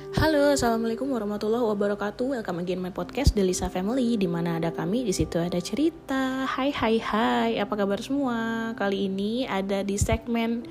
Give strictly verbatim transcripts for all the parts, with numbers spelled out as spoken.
Halo, assalamualaikum warahmatullahi wabarakatuh. Welcome again my podcast The Lisa Family. Di mana ada kami, di situ ada cerita. Hai hai hai, apa kabar semua? Kali ini ada di segmen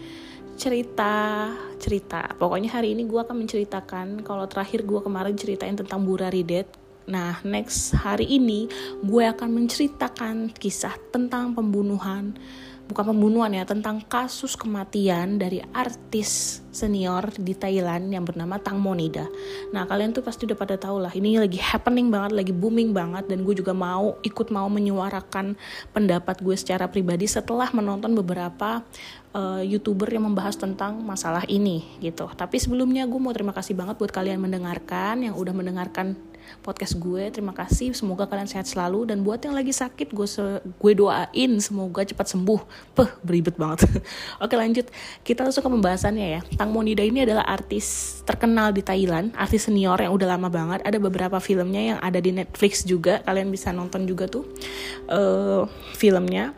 cerita cerita. Pokoknya hari ini gue akan menceritakan. Kalau terakhir gue kemarin ceritain tentang Burari Dead. Nah, next hari ini gue akan menceritakan kisah tentang pembunuhan. Bukan pembunuhan ya, tentang kasus kematian dari artis senior di Thailand yang bernama Tang Monida. Nah, kalian tuh pasti udah pada tahu lah, ini lagi happening banget, lagi booming banget, dan gue juga mau ikut mau menyuarakan pendapat gue secara pribadi setelah menonton beberapa uh, YouTuber yang membahas tentang masalah ini gitu. Tapi sebelumnya gue mau terima kasih banget buat kalian mendengarkan, yang udah mendengarkan podcast gue. Terima kasih, semoga kalian sehat selalu, dan buat yang lagi sakit gue se- gue doain semoga cepat sembuh. Peh, beribet banget. Oke, lanjut, kita langsung ke pembahasannya ya. Tang Monida ini adalah artis terkenal di Thailand, artis senior yang udah lama banget. Ada beberapa filmnya yang ada di Netflix juga, kalian bisa nonton juga tuh uh, filmnya.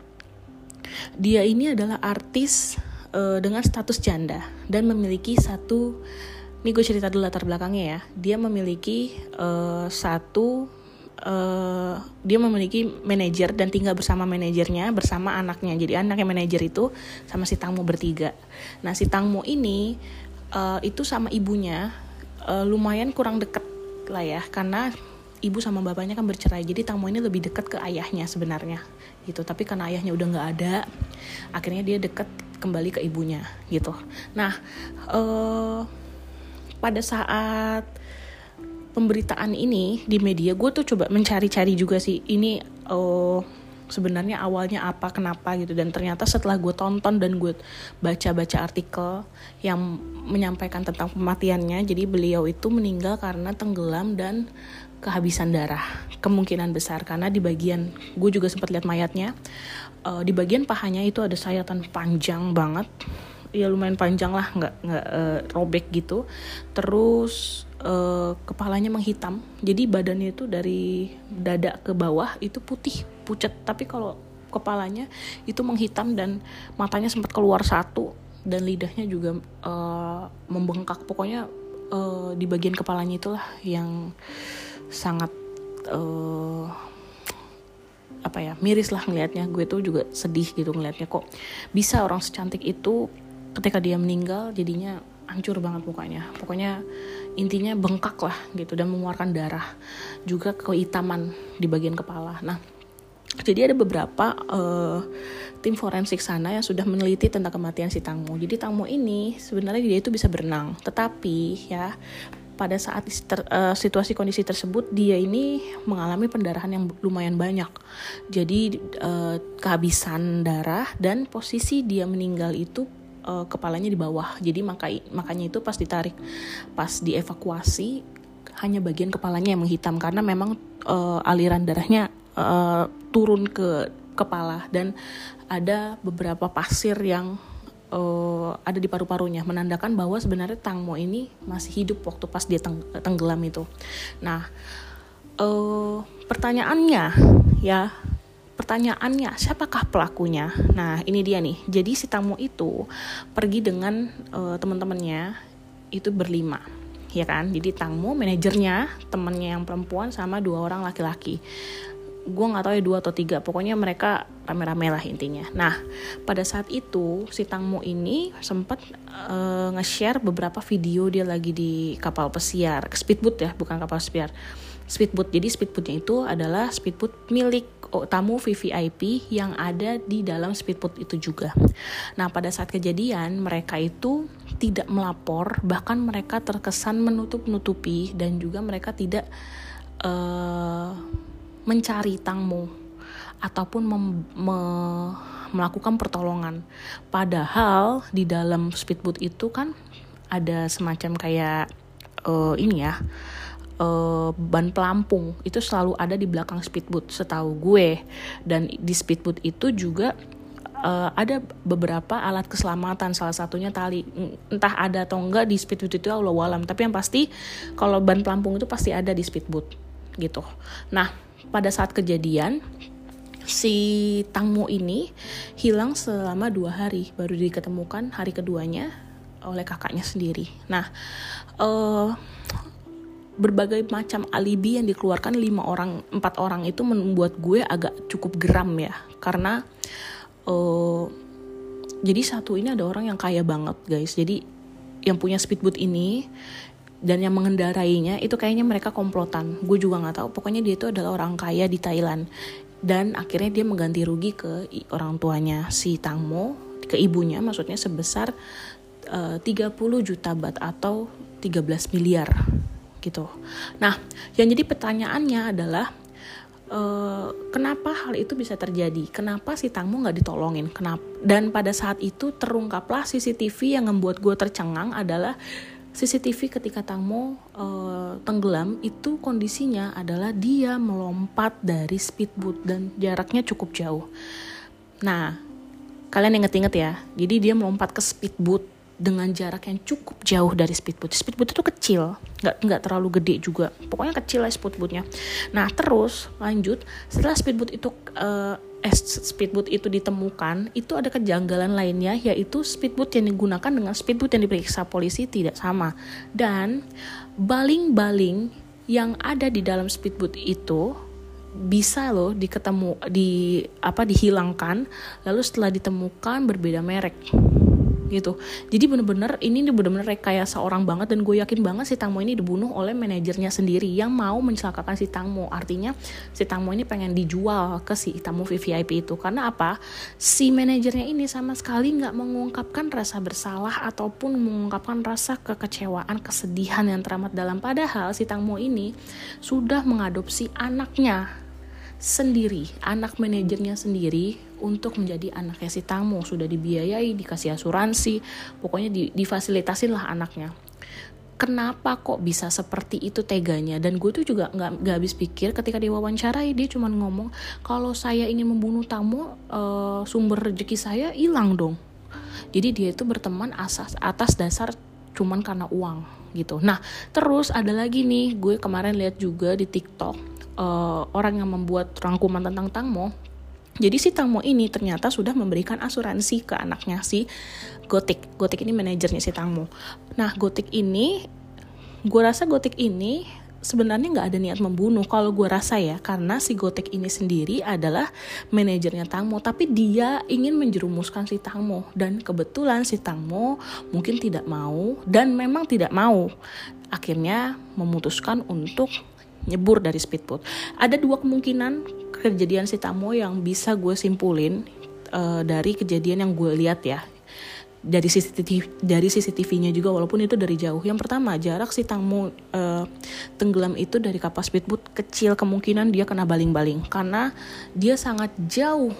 Dia ini adalah artis uh, dengan status janda dan memiliki satu. Ini gue cerita dulu latar belakangnya ya. Dia memiliki uh, satu, uh, dia memiliki manajer dan tinggal bersama manajernya bersama anaknya. Jadi anaknya manajer itu sama si Tangmo bertiga. Nah, si Tangmo ini uh, itu sama ibunya uh, lumayan kurang deket lah ya, karena ibu sama bapaknya kan bercerai. Jadi Tangmo ini lebih dekat ke ayahnya sebenarnya gitu. Tapi karena ayahnya udah nggak ada, akhirnya dia dekat kembali ke ibunya gitu. Nah, uh, pada saat pemberitaan ini di media, gue tuh coba mencari-cari juga sih ini uh, sebenarnya awalnya apa, kenapa gitu. Dan ternyata setelah gue tonton dan gue baca-baca artikel yang menyampaikan tentang kematiannya, jadi beliau itu meninggal karena tenggelam dan kehabisan darah, kemungkinan besar karena di bagian, gue juga sempat lihat mayatnya, uh, di bagian pahanya itu ada sayatan panjang banget. Ya lumayan panjang lah, nggak nggak uh, robek gitu. Terus uh, kepalanya menghitam, jadi badannya itu dari dada ke bawah itu putih pucat, tapi kalau kepalanya itu menghitam dan matanya sempat keluar satu dan lidahnya juga uh, membengkak. Pokoknya uh, di bagian kepalanya itulah yang sangat uh, apa ya, miris lah ngelihatnya. Gue tuh juga sedih gitu ngelihatnya, kok bisa orang secantik itu ketika dia meninggal jadinya hancur banget mukanya. Pokoknya intinya bengkak lah gitu dan mengeluarkan darah, juga kehitaman di bagian kepala. Nah, jadi ada beberapa uh, tim forensik sana yang sudah meneliti tentang kematian si Tangmo. Jadi Tangmo ini sebenarnya dia itu bisa berenang, tetapi ya pada saat ter, uh, situasi kondisi tersebut dia ini mengalami pendarahan yang lumayan banyak. Jadi uh, kehabisan darah, dan posisi dia meninggal itu uh, kepalanya di bawah. Jadi maka, makanya itu pas ditarik, pas dievakuasi hanya bagian kepalanya yang menghitam karena memang uh, aliran darahnya uh, turun ke kepala, dan ada beberapa pasir yang Uh, ada di paru-parunya, menandakan bahwa sebenarnya Tangmo ini masih hidup waktu pas dia teng- tenggelam itu. Nah, uh, pertanyaannya ya, pertanyaannya siapakah pelakunya? Nah, ini dia nih. Jadi si Tangmo itu pergi dengan uh, teman-temannya itu berlima, ya kan? Jadi Tangmo, manajernya, temannya yang perempuan, sama dua orang laki-laki. Gue nggak tahu ya dua atau tiga, pokoknya mereka rame-rame lah intinya. Nah, pada saat itu si Tangmo ini sempat uh, nge-share beberapa video dia lagi di kapal pesiar, speedboat ya, bukan kapal pesiar, speedboat. Jadi speedboatnya itu adalah speedboat milik oh, tamu V V I P yang ada di dalam speedboat itu juga. Nah, pada saat kejadian mereka itu tidak melapor, bahkan mereka terkesan menutup-nutupi, dan juga mereka tidak uh, mencari Tangmo ataupun mem- me- melakukan pertolongan. Padahal di dalam speedboat itu kan ada semacam kayak uh, ini ya, uh, ban pelampung itu selalu ada di belakang speedboat setahu gue. Dan di speedboat itu juga uh, ada beberapa alat keselamatan, salah satunya tali. Entah ada atau enggak di speedboat itu, Allahu alam, tapi yang pasti kalau ban pelampung itu pasti ada di speedboat gitu. Nah, pada saat kejadian si Tangmo ini hilang selama dua hari, baru diketemukan hari keduanya oleh kakaknya sendiri. Nah, uh, berbagai macam alibi yang dikeluarkan lima orang, empat orang itu membuat gue agak cukup geram ya. Karena uh, jadi satu ini ada orang yang kaya banget guys. Jadi yang punya speedboat ini dan yang mengendarainya itu kayaknya mereka komplotan. Gue juga nggak tahu. Pokoknya dia itu adalah orang kaya di Thailand. Dan akhirnya dia mengganti rugi ke orang tuanya si Tang Mo, ke ibunya maksudnya sebesar uh, tiga puluh juta baht atau tiga belas miliar gitu. Nah, yang jadi pertanyaannya adalah uh, kenapa hal itu bisa terjadi? Kenapa si Tang Mo nggak ditolongin? Kenapa? Dan pada saat itu terungkaplah C C T V yang membuat gue tercengang adalah C C T V ketika Tang Mo uh, tenggelam itu kondisinya adalah dia melompat dari speedboat dan jaraknya cukup jauh. Nah, kalian inget-inget ya, jadi dia melompat ke speedboat dengan jarak yang cukup jauh dari speedboat. Speedboat itu kecil, nggak nggak terlalu gede juga. Pokoknya kecil lah speedboatnya. Nah terus lanjut, setelah speedboat itu uh, eh, speedboat itu ditemukan, itu ada kejanggalan lainnya, yaitu speedboat yang digunakan dengan speedboat yang diperiksa polisi tidak sama. Dan baling-baling yang ada di dalam speedboat itu bisa loh diketemu di apa dihilangkan, lalu setelah ditemukan berbeda merek gitu. Jadi bener-bener ini bener-bener rekayasa orang banget, dan gue yakin banget si Tang Mo ini dibunuh oleh manajernya sendiri yang mau mencelakakan si Tang Mo. Artinya si Tang Mo ini pengen dijual ke si tamu V V I P itu. Karena apa? Si manajernya ini sama sekali gak mengungkapkan rasa bersalah ataupun mengungkapkan rasa kekecewaan, kesedihan yang teramat dalam. Padahal si Tang Mo ini sudah mengadopsi anaknya sendiri, anak manajernya sendiri untuk menjadi anaknya si Tang Mo. Sudah dibiayai, dikasih asuransi, pokoknya di, difasilitasin lah anaknya. Kenapa kok bisa seperti itu teganya? Dan gue tuh juga gak, gak habis pikir ketika diwawancarai, dia cuma ngomong kalau saya ingin membunuh Tang Mo, uh, sumber rezeki saya hilang dong. Jadi dia itu berteman asas, atas dasar cuman karena uang gitu. Nah terus ada lagi nih, gue kemarin lihat juga di TikTok, Uh, orang yang membuat rangkuman tentang Tang Mo. Jadi si Tang Mo ini ternyata sudah memberikan asuransi ke anaknya si Gotik. Gotik ini manajernya si Tang Mo. Nah Gotik ini, gue rasa Gotik ini sebenarnya nggak ada niat membunuh kalau gue rasa ya, karena si Gotik ini sendiri adalah manajernya Tang Mo, tapi dia ingin menjerumuskan si Tang Mo, dan kebetulan si Tang Mo mungkin tidak mau dan memang tidak mau, akhirnya memutuskan untuk nyebur dari speedboat. Ada dua kemungkinan kejadian si Tang Mo yang bisa gue simpulin uh, dari kejadian yang gue lihat ya, dari C C T V, dari C C T V-nya juga walaupun itu dari jauh. Yang pertama, jarak si Tang Mo uh, tenggelam itu dari kapal speedboat kecil, kemungkinan dia kena baling-baling karena dia sangat jauh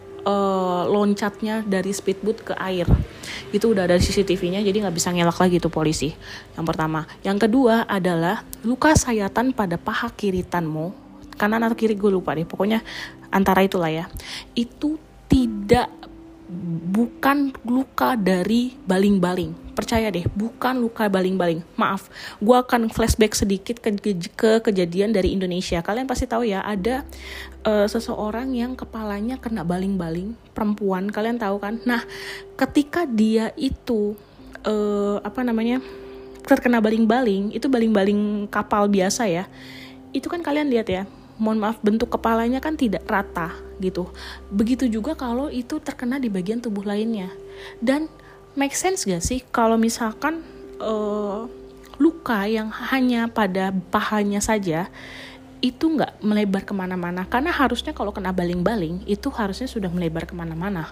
uh, loncatnya dari speedboat ke air. Itu udah ada C C T V-nya, jadi nggak bisa ngelak lagi tuh polisi. Yang pertama. Yang kedua adalah luka sayatan pada paha kiri Tang Mo, kanan atau kiri gue lupa deh, pokoknya antara itulah ya. Itu tidak, bukan luka dari baling-baling. Percaya deh, bukan luka baling-baling. Maaf, gue akan flashback sedikit ke, ke kejadian dari Indonesia. Kalian pasti tahu ya, ada uh, seseorang yang kepalanya kena baling-baling, perempuan, kalian tahu kan? Nah, ketika dia itu uh, apa namanya terkena baling-baling, itu baling-baling kapal biasa ya. Itu kan kalian lihat ya, mohon maaf, bentuk kepalanya kan tidak rata gitu. Begitu juga kalau itu terkena di bagian tubuh lainnya. Dan make sense gak sih kalau misalkan uh, luka yang hanya pada pahanya saja itu gak melebar kemana-mana? Karena harusnya kalau kena baling-baling itu harusnya sudah melebar kemana-mana.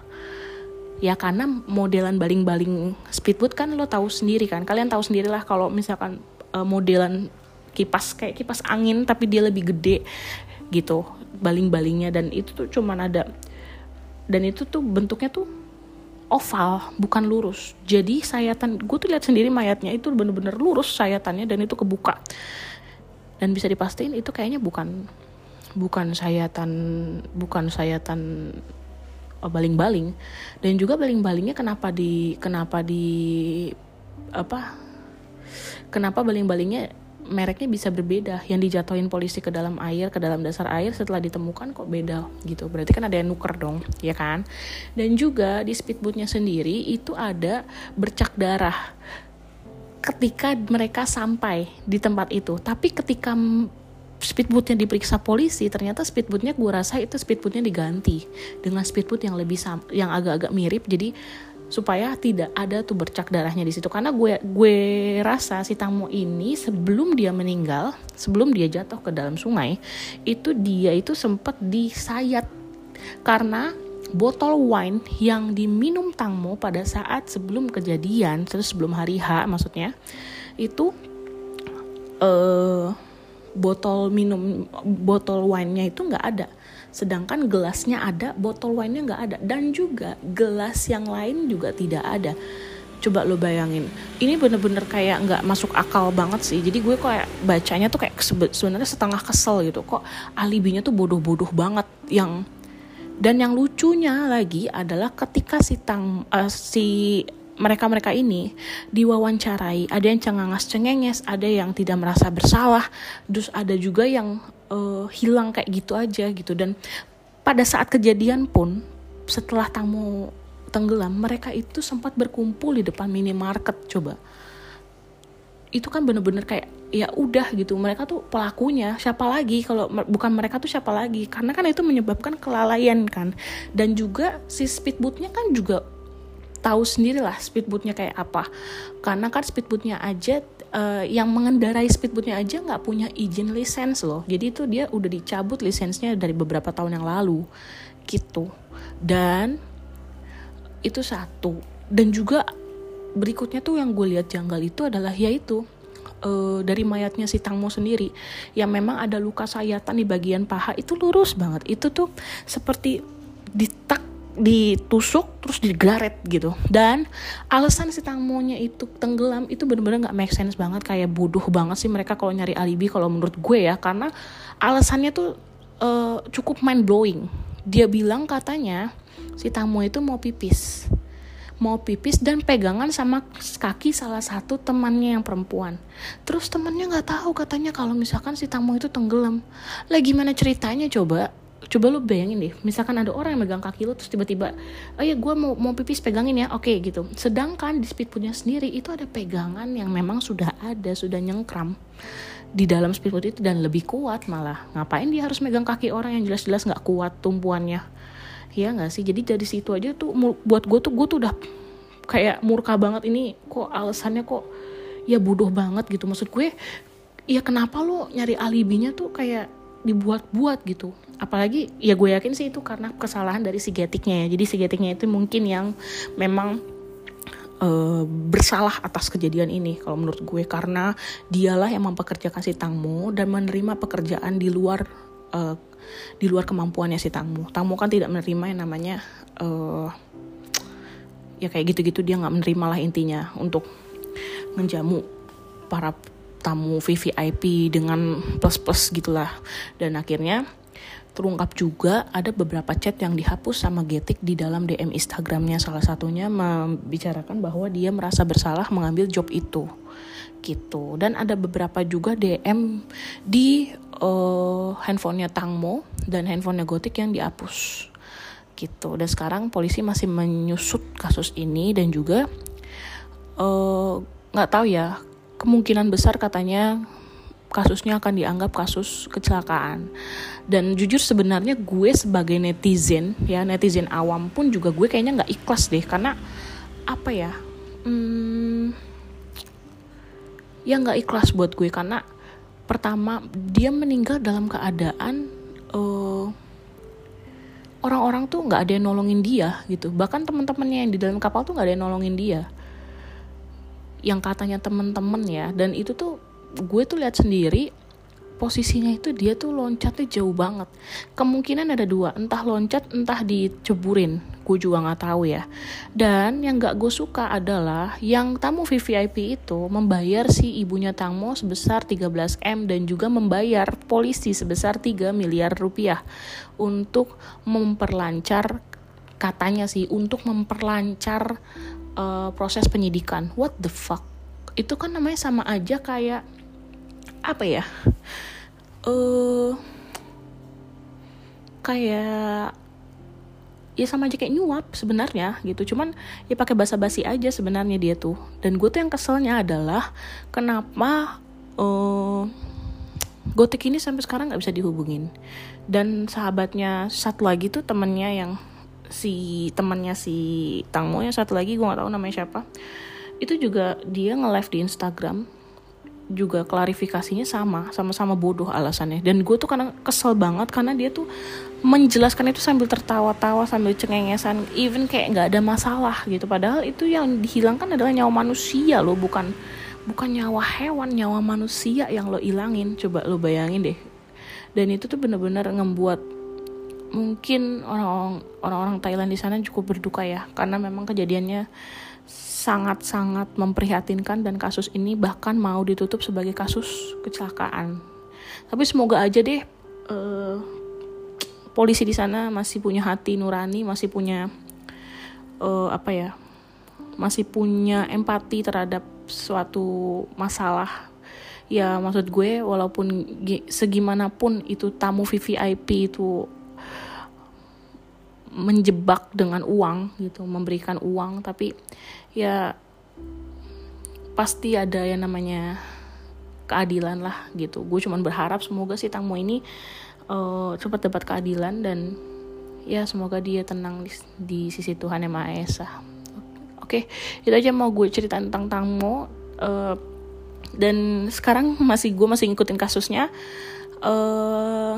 Ya karena modelan baling-baling speedboat kan lo tahu sendiri kan. Kalian tahu sendirilah kalau misalkan uh, modelan kipas kayak kipas angin tapi dia lebih gede gitu baling-balingnya, dan itu tuh cuman ada, dan itu tuh bentuknya tuh oval, bukan lurus. Jadi sayatan, gue tuh lihat sendiri mayatnya itu bener-bener lurus sayatannya, dan itu kebuka. Dan bisa dipastiin itu kayaknya bukan bukan sayatan bukan sayatan baling-baling. Dan juga baling-balingnya kenapa di kenapa di apa? Kenapa baling-balingnya mereknya bisa berbeda, yang dijatuhin polisi ke dalam air, ke dalam dasar air, setelah ditemukan kok beda gitu. Berarti kan ada yang nuker dong, ya kan? Dan juga di speedboatnya sendiri itu ada bercak darah. ketika mereka sampai di tempat itu. Tapi ketika speedboatnya diperiksa polisi, ternyata speedboatnya gue rasa itu speedboatnya diganti dengan speedboat yang lebih sam- yang agak-agak mirip, jadi supaya tidak ada tuh bercak darahnya di situ. Karena gue gue rasa si Tangmo ini sebelum dia meninggal, sebelum dia jatuh ke dalam sungai, itu dia itu sempat disayat karena botol wine yang diminum Tangmo pada saat sebelum kejadian, terus sebelum hari H maksudnya, itu uh, botol minum botol wine-nya itu nggak ada, sedangkan gelasnya ada, botol wine-nya nggak ada, dan juga gelas yang lain juga tidak ada. Coba lo bayangin, ini bener-bener kayak nggak masuk akal banget sih. Jadi gue kayak bacanya tuh kayak sebenarnya setengah kesel gitu, kok alibinya tuh bodoh-bodoh banget. Yang dan yang lucunya lagi adalah ketika si tang uh, si mereka-mereka ini diwawancarai, ada yang cengenges-cengenges, ada yang tidak merasa bersalah, terus ada juga yang uh, hilang kayak gitu aja gitu. Dan pada saat kejadian pun, setelah Tangmo tenggelam, mereka itu sempat berkumpul di depan minimarket. Coba, itu kan bener-bener kayak ya udah gitu, mereka tuh pelakunya siapa lagi kalau bukan mereka tuh siapa lagi, karena kan itu menyebabkan kelalaian kan. Dan juga si speedboatnya kan juga tahu sendiri lah speedboatnya kayak apa, karena kan speedboatnya aja uh, yang mengendarai speedboatnya aja nggak punya izin lisens loh. Jadi itu dia udah dicabut lisensnya dari beberapa tahun yang lalu gitu. Dan itu satu. Dan juga berikutnya tuh yang gue lihat janggal itu adalah yaitu Uh, dari mayatnya si Tangmo sendiri, yang memang ada luka sayatan di bagian paha itu lurus banget. Itu tuh seperti ditak, ditusuk, terus digaret gitu. Dan alasan si Tangmonya itu tenggelam itu benar-benar nggak make sense banget, kayak bodoh banget sih mereka kalau nyari alibi kalau menurut gue ya. Karena alasannya tuh uh, cukup mind blowing. Dia bilang katanya si Tangmo itu mau pipis. mau pipis dan pegangan sama kaki salah satu temannya yang perempuan. Terus temannya nggak tahu katanya kalau misalkan si Tangmo itu tenggelam. Lah gimana ceritanya coba? Coba lu bayangin deh, misalkan ada orang yang megang kaki lu terus tiba-tiba, oh ya gue mau mau pipis pegangin ya, oke gitu. Sedangkan di speedboatnya sendiri itu ada pegangan yang memang sudah ada, sudah nyengkram di dalam speedboat itu dan lebih kuat malah. Ngapain dia harus megang kaki orang yang jelas-jelas nggak kuat tumpuannya? Ya nggak sih. Jadi dari situ aja tuh buat gue tuh gue tuh udah kayak murka banget, ini kok alasannya kok ya bodoh banget gitu. Maksud gue ya kenapa lo nyari alibinya tuh kayak dibuat-buat gitu. Apalagi ya gue yakin sih itu karena kesalahan dari si Getiknya ya. Jadi si Getiknya itu mungkin yang memang uh, bersalah atas kejadian ini kalau menurut gue, karena dialah yang mempekerjakan si Tangmo dan menerima pekerjaan di luar uh, di luar kemampuannya si Tangmo. Tangmo kan tidak menerima yang namanya uh, ya kayak gitu-gitu, dia nggak menerima lah intinya untuk menjamu para tamu V V I P dengan plus-plus gitulah. Dan akhirnya terungkap juga ada beberapa chat yang dihapus sama Getik di dalam D M Instagramnya. Salah satunya membicarakan bahwa dia merasa bersalah mengambil job itu gitu. Dan ada beberapa juga D M di uh, handphonenya Tangmo dan handphonenya Getik yang dihapus gitu. Dan sekarang polisi masih menyusut kasus ini dan juga nggak uh, tahu ya, kemungkinan besar katanya kasusnya akan dianggap kasus kecelakaan. Dan jujur sebenarnya gue sebagai netizen ya, netizen awam pun juga gue kayaknya nggak ikhlas deh, karena apa ya, hmm, ya nggak ikhlas buat gue. Karena pertama dia meninggal dalam keadaan uh, orang-orang tuh nggak ada yang nolongin dia gitu. Bahkan teman-temannya yang di dalam kapal tuh nggak ada yang nolongin dia, yang katanya teman-teman ya. Dan itu tuh gue tuh lihat sendiri posisinya itu dia tuh loncatnya jauh banget. Kemungkinan ada dua, entah loncat entah diceburin, gue juga nggak tahu ya. Dan yang nggak gue suka adalah yang tamu V V I P itu membayar si ibunya Tangmo sebesar tiga belas M dan juga membayar polisi sebesar tiga miliar rupiah untuk memperlancar, katanya sih untuk memperlancar uh, proses penyidikan. What the fuck? Itu kan namanya sama aja kayak apa ya, uh, kayak ya sama aja kayak nyuap sebenarnya gitu, cuman ya pakai basa-basi aja sebenarnya dia tuh. Dan gue tuh yang keselnya adalah kenapa uh, Gotik ini sampai sekarang nggak bisa dihubungin. Dan sahabatnya satu lagi tuh temennya yang si temannya si Tangmo, yang satu lagi gue nggak tahu namanya siapa, itu juga dia nge-live di Instagram juga klarifikasinya sama sama-sama bodoh alasannya. Dan gue tuh karena kesel banget karena dia tuh menjelaskan itu sambil tertawa-tawa, sambil cengengesan, even kayak nggak ada masalah gitu, padahal itu yang dihilangkan adalah nyawa manusia loh, bukan bukan nyawa hewan, nyawa manusia yang lo ilangin. Coba lo bayangin deh. Dan itu tuh benar-benar ngebuat mungkin orang orang Thailand di sana cukup berduka ya, karena memang kejadiannya sangat-sangat memprihatinkan dan kasus ini bahkan mau ditutup sebagai kasus kecelakaan. Tapi semoga aja deh uh, polisi di sana masih punya hati nurani, masih punya uh, apa ya, masih punya empati terhadap suatu masalah. Ya maksud gue walaupun segimanapun itu tamu V V I P itu menjebak dengan uang gitu, memberikan uang, tapi ya pasti ada yang namanya keadilan lah gitu. Gue cuma berharap semoga si Tangmo ini uh, cepat dapat keadilan dan ya semoga dia tenang di, di sisi Tuhan Yang Maha Esa. Oke, itu aja mau gue cerita tentang Tangmo. Uh, dan sekarang masih gue masih ngikutin kasusnya. Uh,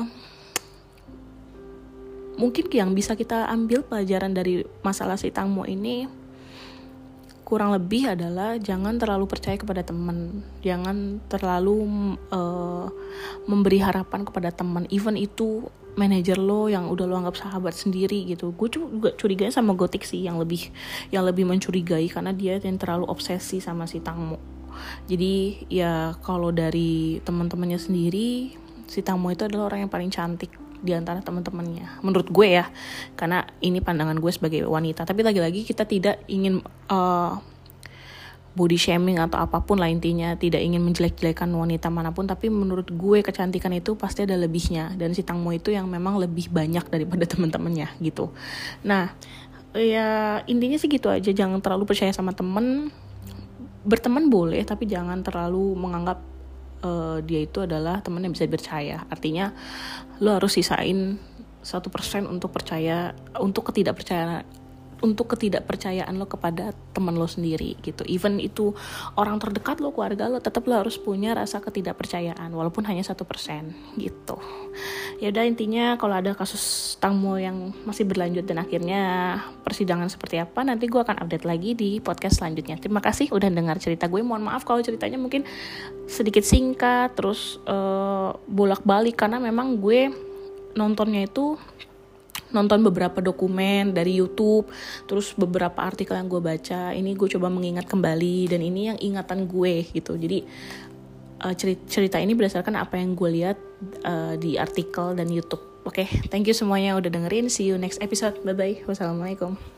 Mungkin yang bisa kita ambil pelajaran dari masalah si Tangmo ini kurang lebih adalah jangan terlalu percaya kepada teman, jangan terlalu uh, memberi harapan kepada teman, even itu manajer lo yang udah lo anggap sahabat sendiri gitu. Gue juga curiganya sama Gotik sih, yang lebih yang lebih mencurigai karena dia yang terlalu obsesi sama si Tangmo. Jadi ya kalau dari teman-temannya sendiri, si Tangmo itu adalah orang yang paling cantik di antara teman-temannya menurut gue ya, karena ini pandangan gue sebagai wanita. Tapi lagi-lagi kita tidak ingin uh, body shaming atau apapun lah, intinya tidak ingin menjelek-jelekan wanita manapun, tapi menurut gue kecantikan itu pasti ada lebihnya, dan si Tangmo itu yang memang lebih banyak daripada teman-temannya gitu. Nah ya intinya sih gitu aja, jangan terlalu percaya sama temen. Berteman boleh, tapi jangan terlalu menganggap Uh, dia itu adalah teman yang bisa dipercaya. Artinya lo harus sisain satu persen untuk percaya, untuk ketidakpercayaan untuk ketidakpercayaan lo kepada teman lo sendiri gitu. Even itu orang terdekat lo, keluarga lo, tetap lo harus punya rasa ketidakpercayaan walaupun hanya satu persen gitu. Ya udah, intinya kalau ada kasus Tangmo yang masih berlanjut dan akhirnya persidangan seperti apa, nanti gue akan update lagi di podcast selanjutnya. Terima kasih udah dengar cerita gue. Mohon maaf kalau ceritanya mungkin sedikit singkat terus uh, bolak-balik, karena memang gue nontonnya itu nonton beberapa dokumen dari YouTube, terus beberapa artikel yang gue baca. Ini gue coba mengingat kembali, dan ini yang ingatan gue gitu. Jadi uh, cerita, cerita ini berdasarkan apa yang gue lihat uh, di artikel dan YouTube. Oke, okay, thank you semuanya udah dengerin. See you next episode. Bye bye. Wassalamualaikum.